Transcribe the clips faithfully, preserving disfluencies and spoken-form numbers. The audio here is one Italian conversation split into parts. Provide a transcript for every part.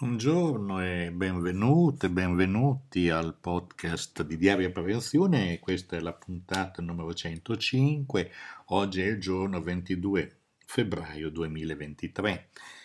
Buongiorno e benvenute, benvenuti al podcast di Diaria Prevenzione. Questa è la puntata numero centocinque. Oggi è il giorno ventidue febbraio duemilaventitré.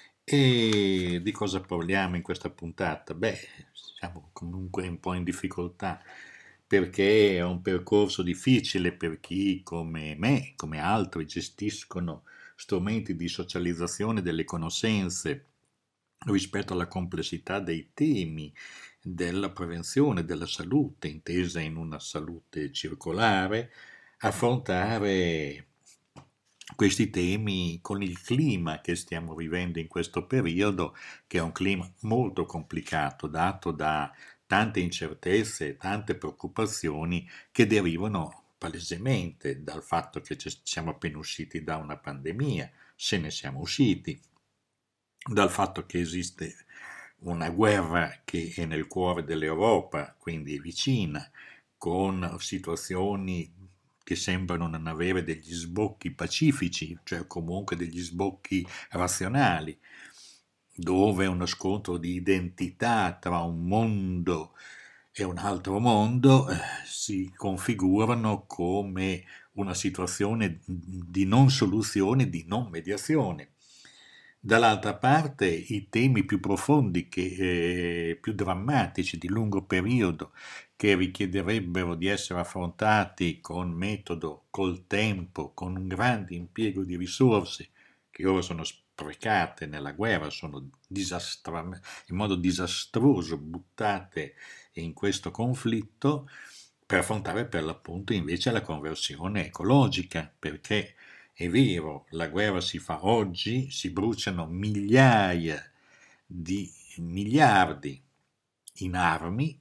E di cosa parliamo in questa puntata? Beh, siamo comunque un po' in difficoltà perché è un percorso difficile per chi come me, come altri, gestiscono strumenti di socializzazione delle conoscenze rispetto alla complessità dei temi della prevenzione della salute, intesa in una salute circolare, affrontare questi temi con il clima che stiamo vivendo in questo periodo, che è un clima molto complicato, dato da tante incertezze, tante preoccupazioni che derivano palesemente dal fatto che ci siamo appena usciti da una pandemia, se ne siamo usciti, dal fatto che esiste una guerra che è nel cuore dell'Europa, quindi è vicina, con situazioni che sembrano non avere degli sbocchi pacifici, cioè comunque degli sbocchi razionali, dove uno scontro di identità tra un mondo e un altro mondo eh, si configurano come una situazione di non soluzione, di non mediazione. Dall'altra parte i temi più profondi, che, eh, più drammatici, di lungo periodo, che richiederebbero di essere affrontati con metodo, col tempo, con un grande impiego di risorse, che ora sono sprecate nella guerra, sono disastra- in modo disastroso buttate in questo conflitto, per affrontare per l'appunto invece la conversione ecologica, perché è vero, la guerra si fa oggi, si bruciano migliaia di miliardi in armi,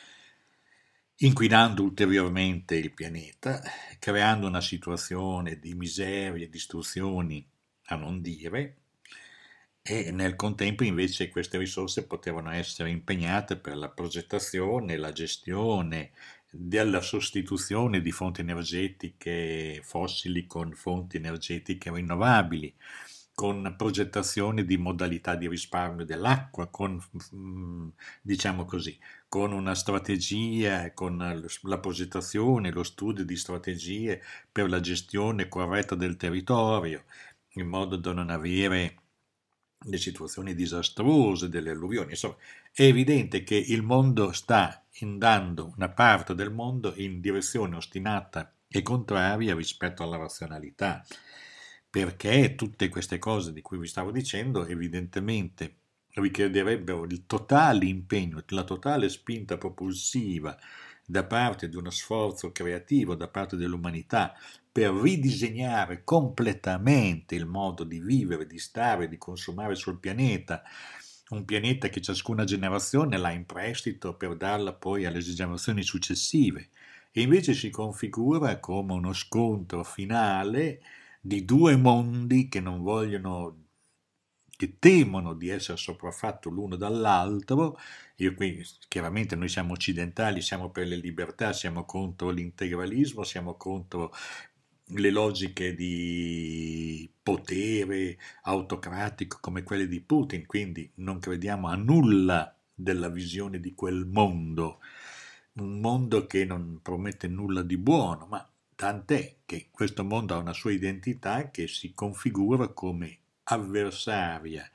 inquinando ulteriormente il pianeta, creando una situazione di miserie e distruzioni a non dire, e nel contempo invece queste risorse potevano essere impegnate per la progettazione, la gestione della sostituzione di fonti energetiche fossili con fonti energetiche rinnovabili, con progettazione di modalità di risparmio dell'acqua, con, mm, diciamo così, con una strategia, con la progettazione, lo studio di strategie per la gestione corretta del territorio, in modo da non avere le situazioni disastrose delle alluvioni. Insomma, è evidente che il mondo sta andando, una parte del mondo, in direzione ostinata e contraria rispetto alla razionalità, perché tutte queste cose di cui vi stavo dicendo evidentemente richiederebbero il totale impegno, la totale spinta propulsiva da parte di uno sforzo creativo da parte dell'umanità per ridisegnare completamente il modo di vivere, di stare, di consumare sul pianeta, un pianeta che ciascuna generazione l'ha in prestito per darla poi alle generazioni successive, e invece si configura come uno scontro finale di due mondi che non vogliono, che temono di essere sopraffatto l'uno dall'altro. Io qui, chiaramente noi siamo occidentali, siamo per le libertà, siamo contro l'integralismo, siamo contro le logiche di potere autocratico come quelle di Putin, quindi non crediamo a nulla della visione di quel mondo, un mondo che non promette nulla di buono, ma tant'è che questo mondo ha una sua identità che si configura come avversaria,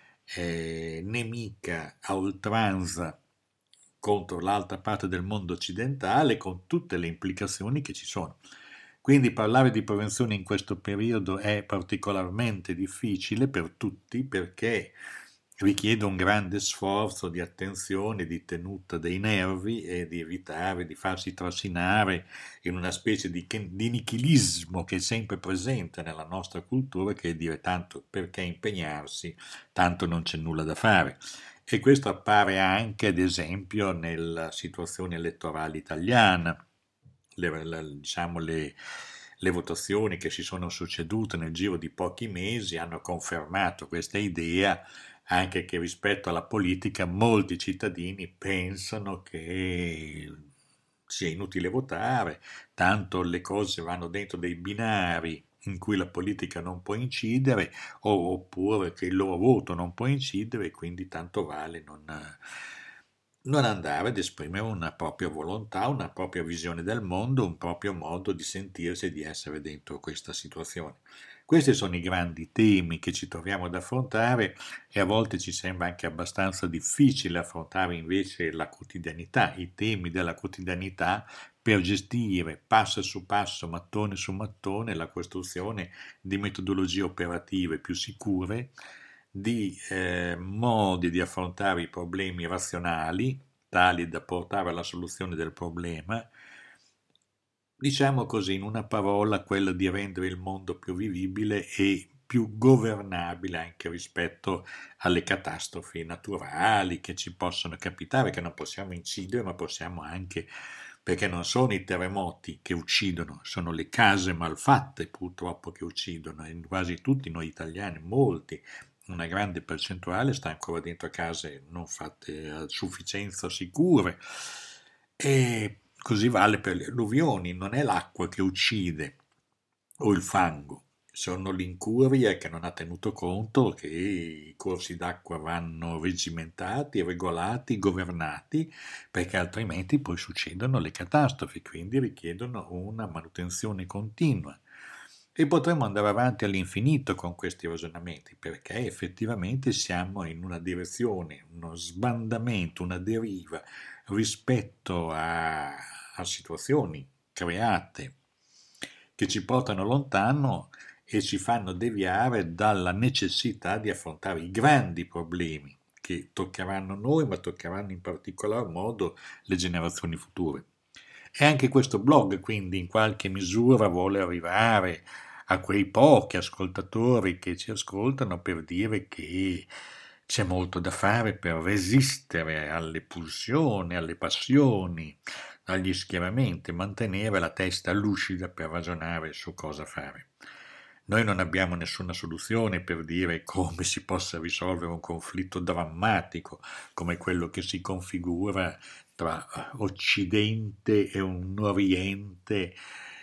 eh, nemica a oltranza contro l'altra parte del mondo occidentale, con tutte le implicazioni che ci sono. Quindi parlare di prevenzione in questo periodo è particolarmente difficile per tutti, perché richiede un grande sforzo di attenzione, di tenuta dei nervi e di evitare di farsi trascinare in una specie di, di nichilismo che è sempre presente nella nostra cultura, che è dire tanto perché impegnarsi, tanto non c'è nulla da fare. E questo appare anche, ad esempio, nella situazione elettorale italiana. Le, le, diciamo, le, le votazioni che si sono succedute nel giro di pochi mesi hanno confermato questa idea, anche che rispetto alla politica molti cittadini pensano che sia inutile votare, tanto le cose vanno dentro dei binari in cui la politica non può incidere, o, oppure che il loro voto non può incidere, e quindi tanto vale non, non andare ad esprimere una propria volontà, una propria visione del mondo, un proprio modo di sentirsi e di essere dentro questa situazione. Questi sono i grandi temi che ci troviamo ad affrontare, e a volte ci sembra anche abbastanza difficile affrontare invece la quotidianità, i temi della quotidianità, per gestire passo su passo, mattone su mattone, la costruzione di metodologie operative più sicure, di eh, modi di affrontare i problemi razionali, tali da portare alla soluzione del problema. Diciamo così, in una parola, quella di rendere il mondo più vivibile e più governabile anche rispetto alle catastrofi naturali che ci possono capitare, che non possiamo incidere, ma possiamo anche, perché non sono i terremoti che uccidono, sono le case malfatte purtroppo che uccidono, e quasi tutti noi italiani, molti, una grande percentuale, sta ancora dentro case non fatte a sufficienza sicure. E così vale per le alluvioni, non è l'acqua che uccide o il fango, sono l'incuria che non ha tenuto conto che i corsi d'acqua vanno regimentati, regolati, governati, perché altrimenti poi succedono le catastrofi, quindi richiedono una manutenzione continua. E potremmo andare avanti all'infinito con questi ragionamenti, perché effettivamente siamo in una direzione, uno sbandamento, una deriva rispetto a, a situazioni create che ci portano lontano e ci fanno deviare dalla necessità di affrontare i grandi problemi che toccheranno noi, ma toccheranno in particolar modo le generazioni future. E anche questo blog, quindi, in qualche misura vuole arrivare a quei pochi ascoltatori che ci ascoltano per dire che c'è molto da fare per resistere alle pulsioni, alle passioni, agli schieramenti, mantenere la testa lucida per ragionare su cosa fare. Noi non abbiamo nessuna soluzione per dire come si possa risolvere un conflitto drammatico come quello che si configura tra Occidente e un Oriente,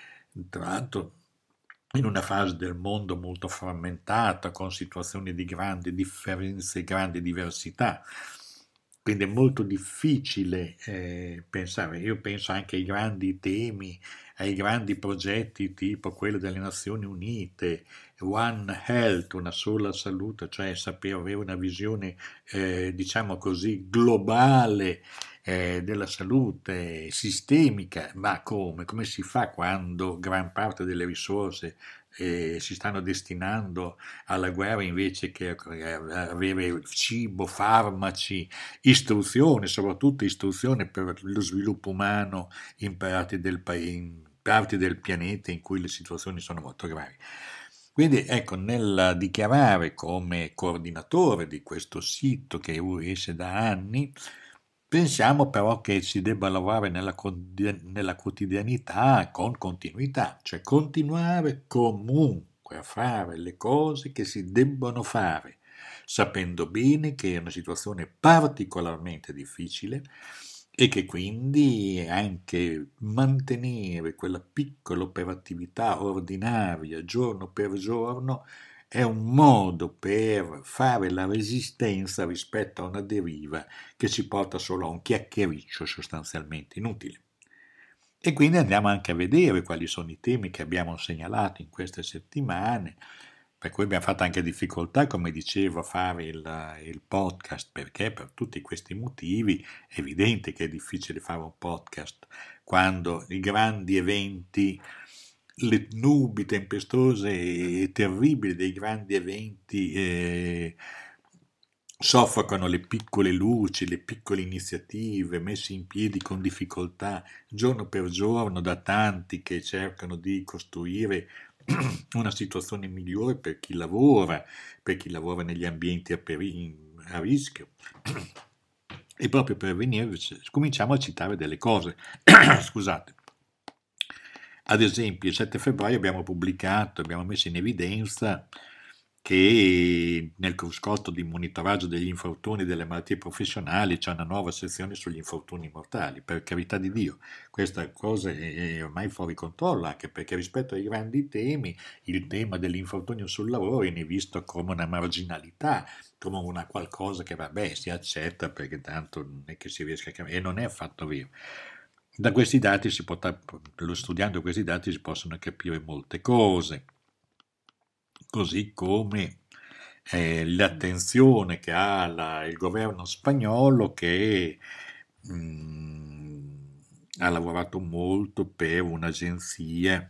tra l'altro in una fase del mondo molto frammentata, con situazioni di grandi differenze, grandi diversità. Quindi è molto difficile eh, pensare, io penso anche ai grandi temi, ai grandi progetti tipo quello delle Nazioni Unite, One Health, una sola salute, cioè sapere avere una visione, eh, diciamo così, globale eh, della salute, sistemica, ma come? Come si fa quando gran parte delle risorse eh, si stanno destinando alla guerra invece che a avere cibo, farmaci, istruzione, soprattutto istruzione per lo sviluppo umano in parti del, pa- in parti del pianeta in cui le situazioni sono molto gravi. Quindi ecco, nel dichiarare come coordinatore di questo sito che esce da anni, pensiamo però che si debba lavorare nella, nella quotidianità con continuità, cioè continuare comunque a fare le cose che si debbono fare, sapendo bene che è una situazione particolarmente difficile e che quindi anche mantenere quella piccola operatività ordinaria giorno per giorno è un modo per fare la resistenza rispetto a una deriva che ci porta solo a un chiacchiericcio sostanzialmente inutile. E quindi andiamo anche a vedere quali sono i temi che abbiamo segnalato in queste settimane, per cui abbiamo fatto anche difficoltà, come dicevo, a fare il, il podcast, perché per tutti questi motivi è evidente che è difficile fare un podcast quando i grandi eventi, le nubi tempestose e terribili dei grandi eventi eh, soffocano le piccole luci, le piccole iniziative messe in piedi con difficoltà giorno per giorno da tanti che cercano di costruire una situazione migliore per chi lavora, per chi lavora negli ambienti a, peri- a rischio. E proprio per venire cominciamo a citare delle cose. Scusate. Ad esempio, il sette febbraio abbiamo pubblicato, abbiamo messo in evidenza che nel cruscotto di monitoraggio degli infortuni e delle malattie professionali c'è una nuova sezione sugli infortuni mortali. Per carità di Dio, questa cosa è è ormai fuori controllo, anche perché rispetto ai grandi temi, il tema dell'infortunio sul lavoro viene visto come una marginalità, come una qualcosa che vabbè si accetta perché tanto non è che si riesca a cambiare, e non è affatto vero. Da questi dati si può, studiando questi dati si possono capire molte cose, così come eh, l'attenzione che ha la- il governo spagnolo che mh, ha lavorato molto per un'agenzia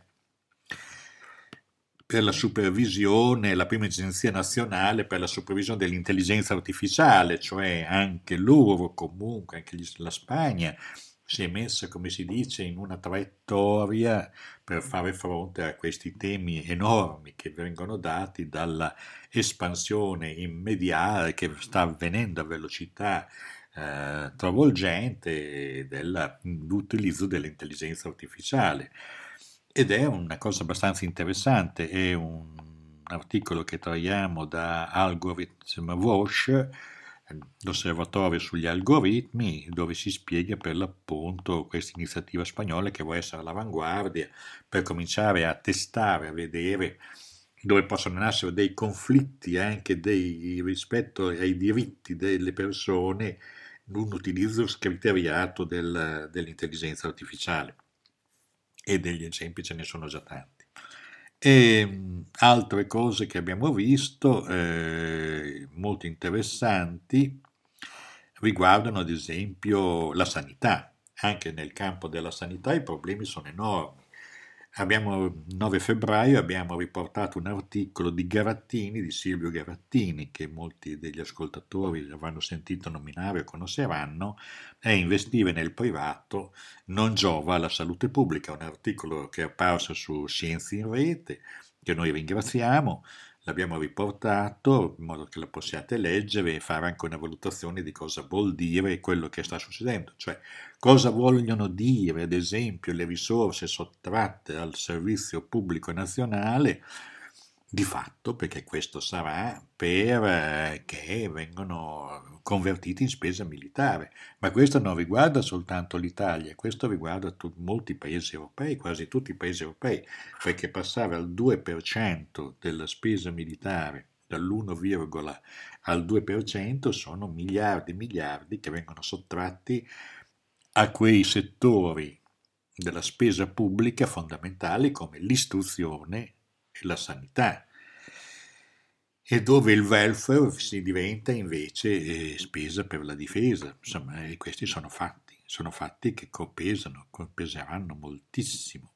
per la supervisione, la prima agenzia nazionale per la supervisione dell'intelligenza artificiale, cioè anche loro comunque, anche gli- la Spagna si è messa, come si dice, in una traiettoria per fare fronte a questi temi enormi che vengono dati dalla espansione immediata che sta avvenendo a velocità eh, travolgente dell'utilizzo dell'intelligenza artificiale. Ed è una cosa abbastanza interessante, è un articolo che traiamo da Algorithm Watch, l'osservatorio sugli algoritmi, dove si spiega per l'appunto questa iniziativa spagnola che vuole essere all'avanguardia per cominciare a testare, a vedere dove possono nascere dei conflitti anche dei, rispetto ai diritti delle persone, un utilizzo scriteriato del, dell'intelligenza artificiale. E degli esempi ce ne sono già tanti. E mh, altre cose che abbiamo visto, eh, molto interessanti, riguardano ad esempio la sanità. Anche nel campo della sanità i problemi sono enormi. Abbiamo, il nove febbraio abbiamo riportato un articolo di Garattini, di Silvio Garattini, che molti degli ascoltatori avranno sentito nominare o conosceranno, è investire nel privato non giova alla salute pubblica, un articolo che è apparso su Scienze in Rete, che noi ringraziamo, l'abbiamo riportato in modo che lo possiate leggere e fare anche una valutazione di cosa vuol dire quello che sta succedendo, cioè cosa vogliono dire, ad esempio, le risorse sottratte al servizio pubblico nazionale di fatto, perché questo sarà per eh, che vengono convertiti in spesa militare. Ma questo non riguarda soltanto l'Italia, questo riguarda tu- molti paesi europei, quasi tutti i paesi europei, perché passare al due per cento della spesa militare, dall'uno al due per cento, sono miliardi e miliardi che vengono sottratti a quei settori della spesa pubblica fondamentali come l'istruzione e la sanità, e dove il welfare si diventa invece eh, spesa per la difesa. Insomma, e questi sono fatti, sono fatti che pesano, peseranno moltissimo.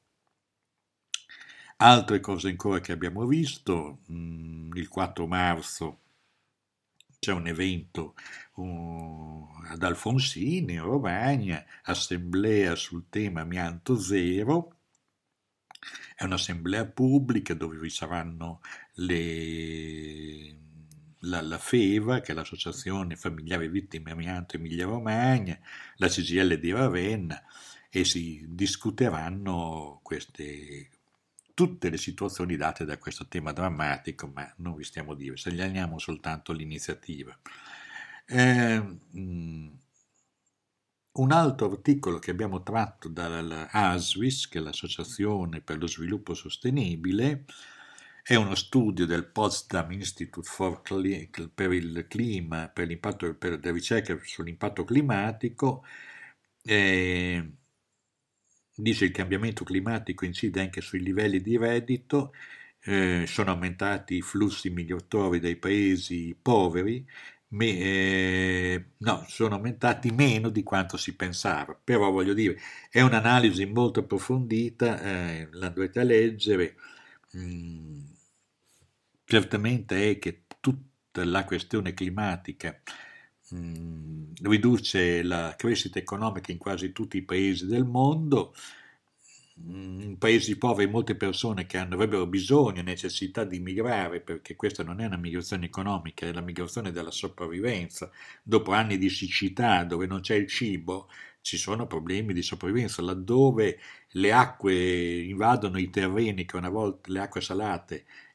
Altre cose ancora che abbiamo visto, mh, il quattro marzo c'è un evento uh, ad Alfonsini, in Romagna, assemblea sul tema amianto zero. È un'assemblea pubblica dove vi saranno le, la, la FEVA, che è l'Associazione Familiari Vittime Amianto Emilia Romagna, la C G I L di Ravenna, e si discuteranno queste, tutte le situazioni date da questo tema drammatico, ma non vi stiamo a dire, segnaliamo soltanto l'iniziativa. Eh, mh, un altro articolo che abbiamo tratto dall'A S V I S, che è l'Associazione per lo Sviluppo Sostenibile, è uno studio del Potsdam Institute for Cli- per il clima, per l'impatto, per la ricerca sull'impatto climatico. Eh, dice il cambiamento climatico incide anche sui livelli di reddito, eh, sono aumentati i flussi migratori dai paesi poveri, me, eh, no, sono aumentati meno di quanto si pensava, però voglio dire, è un'analisi molto approfondita, eh, la dovete leggere. Mm, certamente è che tutta la questione climatica mm, riduce la crescita economica in quasi tutti i paesi del mondo. Mm, in paesi poveri molte persone che hanno- avrebbero bisogno e necessità di migrare, perché questa non è una migrazione economica, è la migrazione della sopravvivenza. Dopo anni di siccità dove non c'è il cibo, ci sono problemi di sopravvivenza. Laddove le acque invadono i terreni, che una volta le acque salate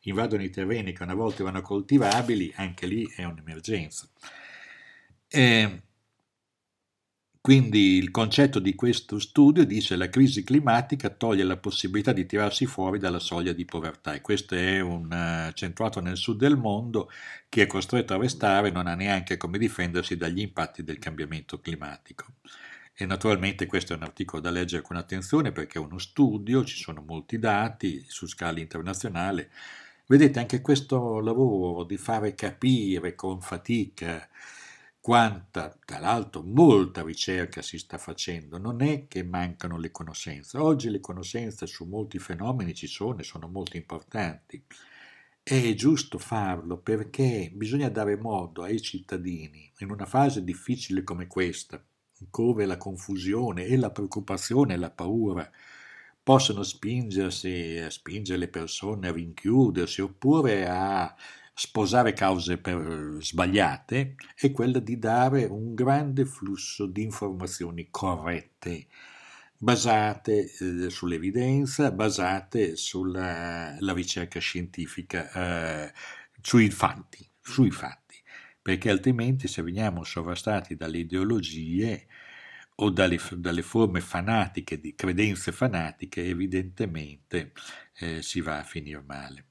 invadono i terreni che una volta erano coltivabili, anche lì è un'emergenza. E quindi il concetto di questo studio dice che la crisi climatica toglie la possibilità di tirarsi fuori dalla soglia di povertà, e questo è un uh, centrato nel sud del mondo. Chi è costretto a restare non ha neanche come difendersi dagli impatti del cambiamento climatico. E naturalmente questo è un articolo da leggere con attenzione perché è uno studio, ci sono molti dati su scala internazionale. Vedete, anche questo lavoro di fare capire con fatica quanta, tra l'altro, molta ricerca si sta facendo, non è che mancano le conoscenze. Oggi le conoscenze su molti fenomeni ci sono e sono molto importanti. È giusto farlo perché bisogna dare modo ai cittadini, in una fase difficile come questa, dove la confusione e la preoccupazione e la paura possono spingersi, a spingere le persone a rinchiudersi oppure a sposare cause per, sbagliate, è quella di dare un grande flusso di informazioni corrette, basate eh, sull'evidenza, basate sulla la ricerca scientifica, eh, sui fatti, sui fatti, perché altrimenti se veniamo sovrastati dalle ideologie o dalle, dalle forme fanatiche, di credenze fanatiche, evidentemente eh, si va a finire male.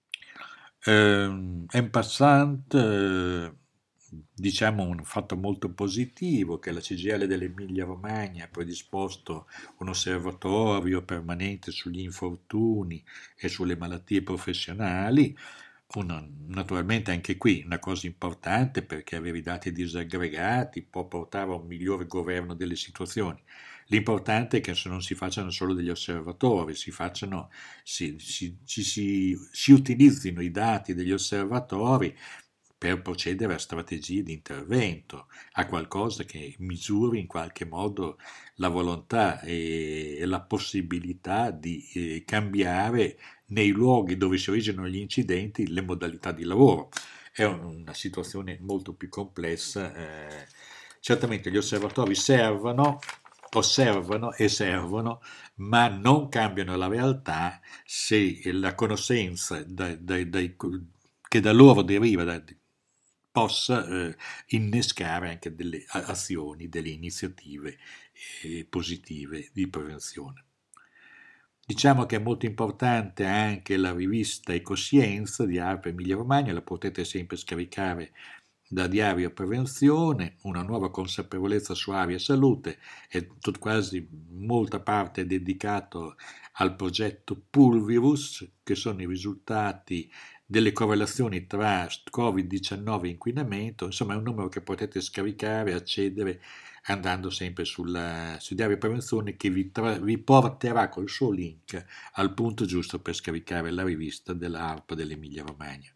Eh, en passant, eh, diciamo un fatto molto positivo che la C G I L dell'Emilia Romagna ha predisposto un osservatorio permanente sugli infortuni e sulle malattie professionali. Una, naturalmente anche qui una cosa importante, perché avere i dati disaggregati può portare a un migliore governo delle situazioni. L'importante è che non si facciano solo degli osservatori, si, facciano, si, si, ci si, si utilizzino i dati degli osservatori per procedere a strategie di intervento, a qualcosa che misuri in qualche modo la volontà e la possibilità di eh, cambiare nei luoghi dove si originano gli incidenti le modalità di lavoro. È una situazione molto più complessa. Eh, certamente gli osservatori servono, osservano e servono, ma non cambiano la realtà se la conoscenza da, da, da, che da loro deriva da, possa eh, innescare anche delle azioni, delle iniziative eh, positive di prevenzione. Diciamo che è molto importante anche la rivista Ecoscienza di A R P Emilia Romagna, la potete sempre scaricare da Diario Prevenzione, una nuova consapevolezza su aria e salute, è tut, quasi molta parte dedicato al progetto Pulvirus, che sono i risultati delle correlazioni tra covid diciannove e inquinamento. Insomma è un numero che potete scaricare e accedere andando sempre sulla, su Diario Prevenzione, che vi, tra, vi porterà col suo link al punto giusto per scaricare la rivista dell'A R P dell'Emilia Romagna.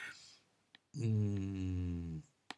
Mm.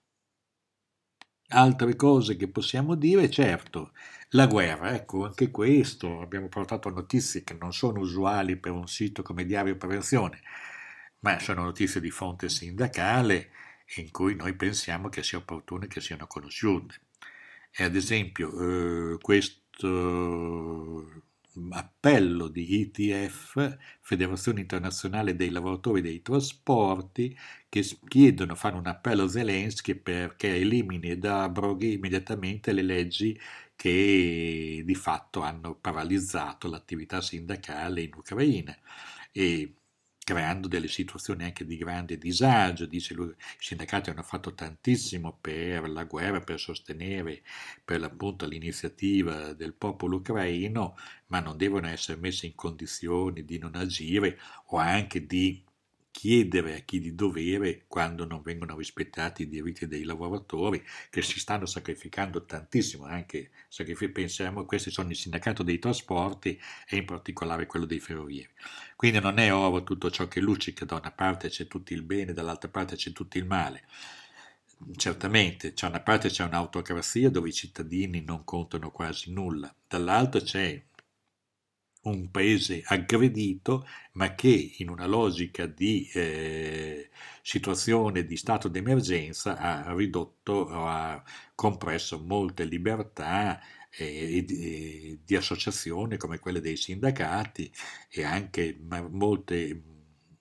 Altre cose che possiamo dire, certo, la guerra, ecco, anche questo, abbiamo portato notizie che non sono usuali per un sito come Diario Prevenzione, ma sono notizie di fonte sindacale in cui noi pensiamo che sia opportuno che siano conosciute. E ad esempio, eh, questo appello di I T F, Federazione Internazionale dei Lavoratori dei Trasporti, che chiedono, fanno un appello a Zelensky perché elimini ed abroghi immediatamente le leggi che di fatto hanno paralizzato l'attività sindacale in Ucraina, e creando delle situazioni anche di grande disagio. Dice lui, i sindacati hanno fatto tantissimo per la guerra, per sostenere per l'appunto l'iniziativa del popolo ucraino, ma non devono essere messi in condizioni di non agire o anche di chiedere a chi di dovere quando non vengono rispettati i diritti dei lavoratori, che si stanno sacrificando tantissimo. Anche pensiamo, questi sono il sindacato dei trasporti e in particolare quello dei ferrovieri. Quindi non è oro tutto ciò che luccica, da una parte c'è tutto il bene, dall'altra parte c'è tutto il male. Certamente, da una parte c'è un'autocrazia dove i cittadini non contano quasi nulla, dall'altra c'è un paese aggredito, ma che in una logica di eh, situazione di stato d'emergenza ha ridotto, ha compresso molte libertà eh, e, e, di associazione come quelle dei sindacati, e anche molte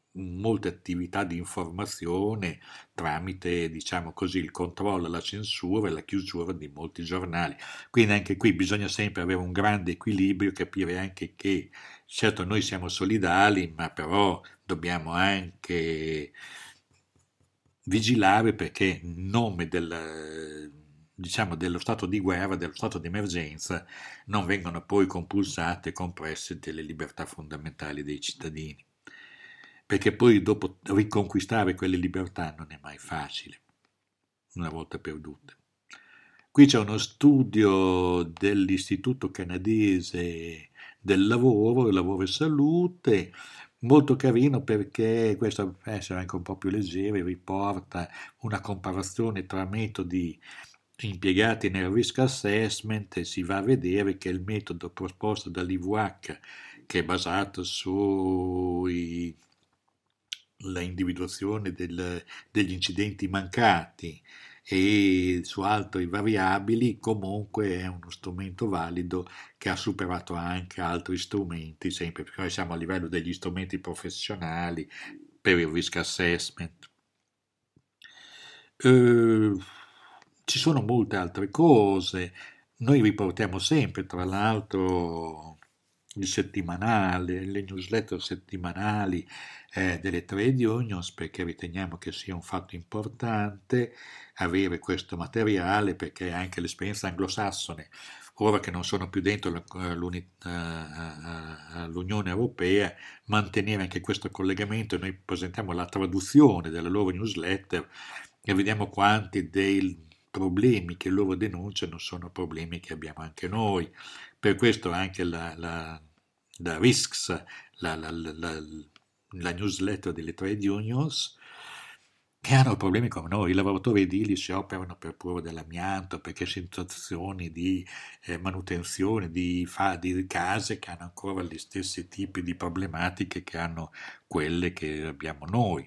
molte attività di informazione tramite, diciamo così, il controllo, la censura e la chiusura di molti giornali. Quindi anche qui bisogna sempre avere un grande equilibrio, capire anche che certo noi siamo solidali, ma però dobbiamo anche vigilare perché in nome del, diciamo, dello stato di guerra, dello stato di emergenza, non vengono poi compulsate e compresse delle libertà fondamentali dei cittadini. Perché poi dopo riconquistare quelle libertà non è mai facile, una volta perdute. Qui c'è uno studio dell'Istituto canadese del lavoro, lavoro e salute, molto carino perché questo per essere anche un po' più leggero riporta una comparazione tra metodi impiegati nel risk assessment e si va a vedere che il metodo proposto dall'I V H, che è basato sui la individuazione del, degli incidenti mancati e su altre variabili, comunque è uno strumento valido che ha superato anche altri strumenti, sempre perché noi siamo a livello degli strumenti professionali per il risk assessment. Eh, ci sono molte altre cose, noi riportiamo sempre, tra l'altro, il settimanale, le newsletter settimanali eh, delle trade unions perché riteniamo che sia un fatto importante avere questo materiale perché anche l'esperienza anglosassone, ora che non sono più dentro l'Unione Europea, mantenere anche questo collegamento. Noi presentiamo la traduzione delle loro newsletter e vediamo quanti dei problemi che loro denunciano sono problemi che abbiamo anche noi. Per questo anche la, la, la risks, la, la, la, la newsletter delle trade unions, che hanno problemi come noi, i lavoratori edili si operano per prova dell'amianto, perché situazioni di eh, manutenzione di, fa, di case che hanno ancora gli stessi tipi di problematiche che hanno quelle che abbiamo noi.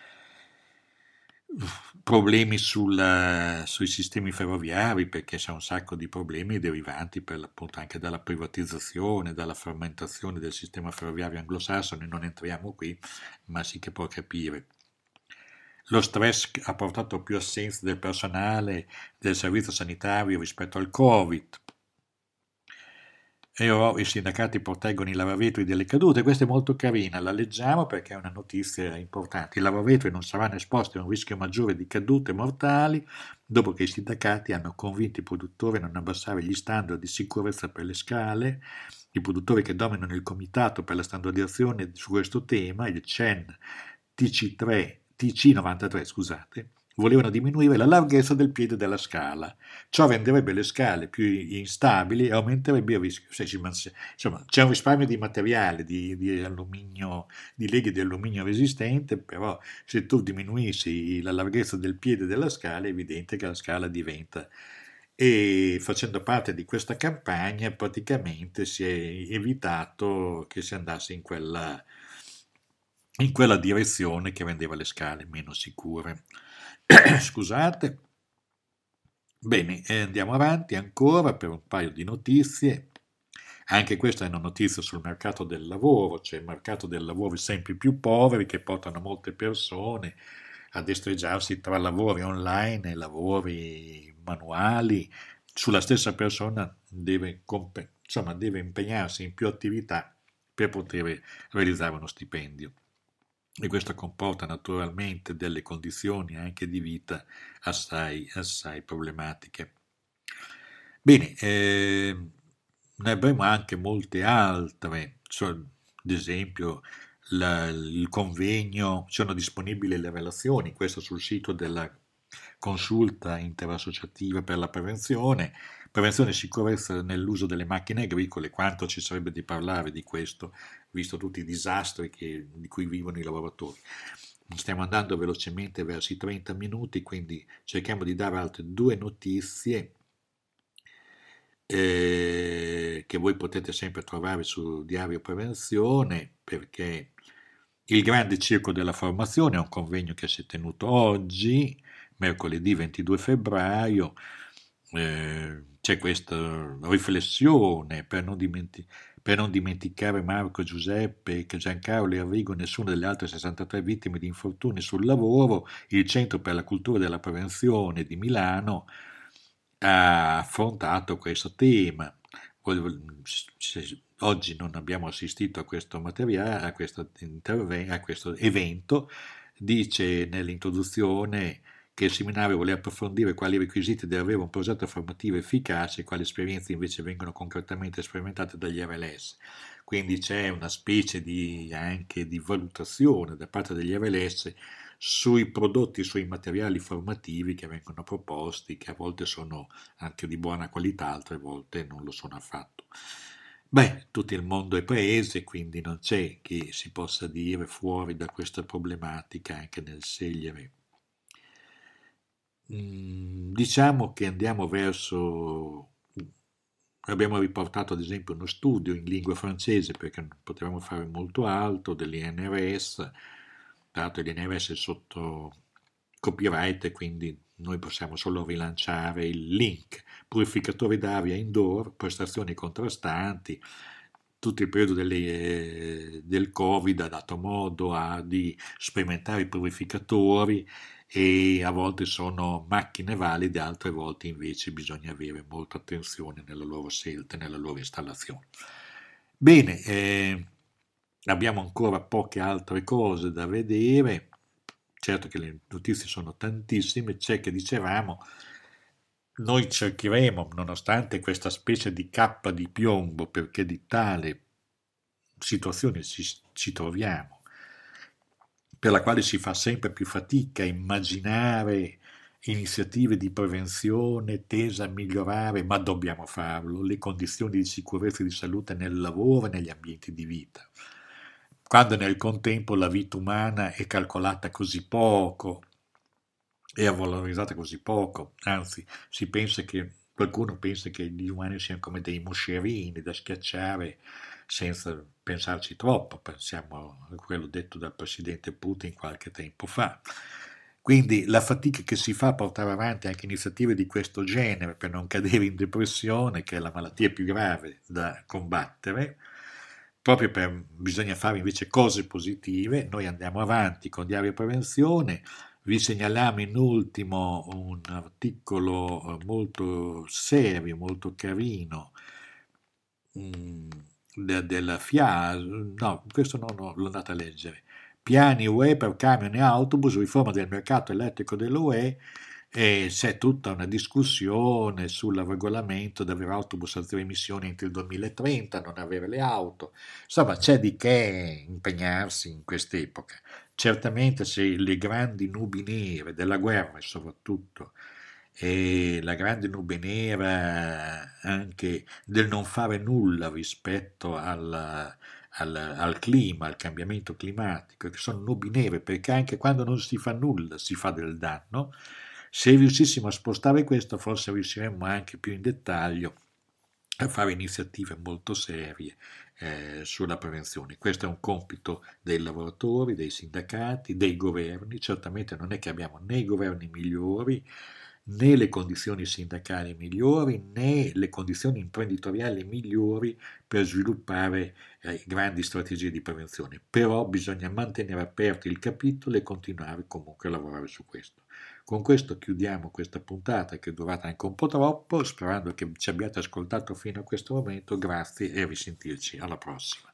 Problemi sul, sui sistemi ferroviari perché c'è un sacco di problemi derivanti per l'appunto anche dalla privatizzazione, dalla frammentazione del sistema ferroviario anglosassone, non entriamo qui, ma sì che può capire. Lo stress ha portato più assenza del personale del servizio sanitario rispetto al Covid. E ora i sindacati proteggono i lavavetri dalle cadute. Questa è molto carina, la leggiamo perché è una notizia importante. I lavavetri non saranno esposti a un rischio maggiore di cadute mortali dopo che i sindacati hanno convinto i produttori a non abbassare gli standard di sicurezza per le scale. I produttori che dominano il comitato per la standardizzazione su questo tema, il C E N T C tre, T C novantatré, scusate, volevano diminuire la larghezza del piede della scala. Ciò renderebbe le scale più instabili e aumenterebbe il rischio. Insomma, c'è un risparmio di materiale, di, di alluminio, di leghe di alluminio resistente, però se tu diminuissi la larghezza del piede della scala è evidente che la scala diventa. E facendo parte di questa campagna praticamente si è evitato che si andasse in quella, in quella direzione che rendeva le scale meno sicure. Scusate. Bene, eh, andiamo avanti ancora per un paio di notizie. Anche questa è una notizia sul mercato del lavoro, cioè il mercato del lavoro sempre più poveri che portano molte persone a destreggiarsi tra lavori online e lavori manuali. Sulla stessa persona deve, insomma, deve impegnarsi in più attività per poter realizzare uno stipendio. E questo comporta naturalmente delle condizioni anche di vita assai, assai problematiche. Bene, eh, ne avremo anche molte altre, cioè, ad esempio la, il convegno, sono disponibili le relazioni, questo sul sito della consulta interassociativa per la prevenzione, prevenzione e sicurezza nell'uso delle macchine agricole, quanto ci sarebbe di parlare di questo, visto tutti i disastri che, di cui vivono i lavoratori. Stiamo andando velocemente verso i trenta minuti, quindi cerchiamo di dare altre due notizie eh, che voi potete sempre trovare su Diario Prevenzione, perché il Grande Circo della Formazione è un convegno che si è tenuto oggi, mercoledì ventidue febbraio. Eh, c'è questa riflessione per non, dimenti- per non dimenticare Marco, Giuseppe, Giancarlo e Enrico, nessuna delle altre sessantatré vittime di infortuni sul lavoro, il Centro per la Cultura della Prevenzione di Milano ha affrontato questo tema. Oggi non abbiamo assistito a questo materiale, a questo, interve- a questo evento, dice nell'introduzione che il seminario vuole approfondire quali requisiti deve avere un progetto formativo efficace e quali esperienze invece vengono concretamente sperimentate dagli R L S. Quindi c'è una specie di, anche di valutazione da parte degli R L S sui prodotti, sui materiali formativi che vengono proposti, che a volte sono anche di buona qualità, altre volte non lo sono affatto. Beh, tutto il mondo è paese, quindi non c'è che si possa dire fuori da questa problematica anche nel scegliere. Mm, diciamo che andiamo verso, abbiamo riportato ad esempio uno studio in lingua francese perché non potevamo fare molto alto dell'I N R S, tra l'altro l'I N R S è sotto copyright e quindi noi possiamo solo rilanciare il link. Purificatori d'aria indoor, prestazioni contrastanti, tutto il periodo delle, del Covid ha dato modo a, di sperimentare i purificatori e a volte sono macchine valide, altre volte invece bisogna avere molta attenzione nella loro scelta e nella loro installazione. Bene, eh, abbiamo ancora poche altre cose da vedere, certo che le notizie sono tantissime, c'è che dicevamo, noi cercheremo, nonostante questa specie di cappa di piombo, perché di tale situazione ci, ci troviamo, per la quale si fa sempre più fatica a immaginare iniziative di prevenzione tese a migliorare, ma dobbiamo farlo, le condizioni di sicurezza e di salute nel lavoro e negli ambienti di vita. Quando nel contempo la vita umana è calcolata così poco, è valorizzata così poco, anzi si pensa che qualcuno pensa che gli umani siano come dei moscerini da schiacciare senza pensarci troppo, pensiamo a quello detto dal presidente Putin qualche tempo fa. Quindi la fatica che si fa a portare avanti anche iniziative di questo genere per non cadere in depressione, che è la malattia più grave da combattere, proprio per bisogna fare invece cose positive, noi andiamo avanti con Diario Prevenzione. Vi segnaliamo in ultimo un articolo molto serio, molto carino mm, de- della F I A, no, questo non no, l'ho andato a leggere. Piani U E per camion e autobus, riforma del mercato elettrico dell'U E, e c'è tutta una discussione sul regolamento di avere autobus a zero emissioni entro il duemilatrenta, non avere le auto. Insomma, c'è di che impegnarsi in quest'epoca. Certamente se le grandi nubi nere della guerra, soprattutto, e la grande nube nera anche del non fare nulla rispetto al, al, al clima, al cambiamento climatico, che sono nubi nere, perché anche quando non si fa nulla si fa del danno. Se riuscissimo a spostare questo, forse riusciremmo anche più in dettaglio a fare iniziative molto serie eh, sulla prevenzione. Questo è un compito dei lavoratori, dei sindacati, dei governi. Certamente non è che abbiamo né i governi migliori, né le condizioni sindacali migliori, né le condizioni imprenditoriali migliori per sviluppare eh, grandi strategie di prevenzione. Però bisogna mantenere aperto il capitolo e continuare comunque a lavorare su questo. Con questo chiudiamo questa puntata che è durata anche un po' troppo, sperando che ci abbiate ascoltato fino a questo momento. Grazie e a risentirci alla prossima.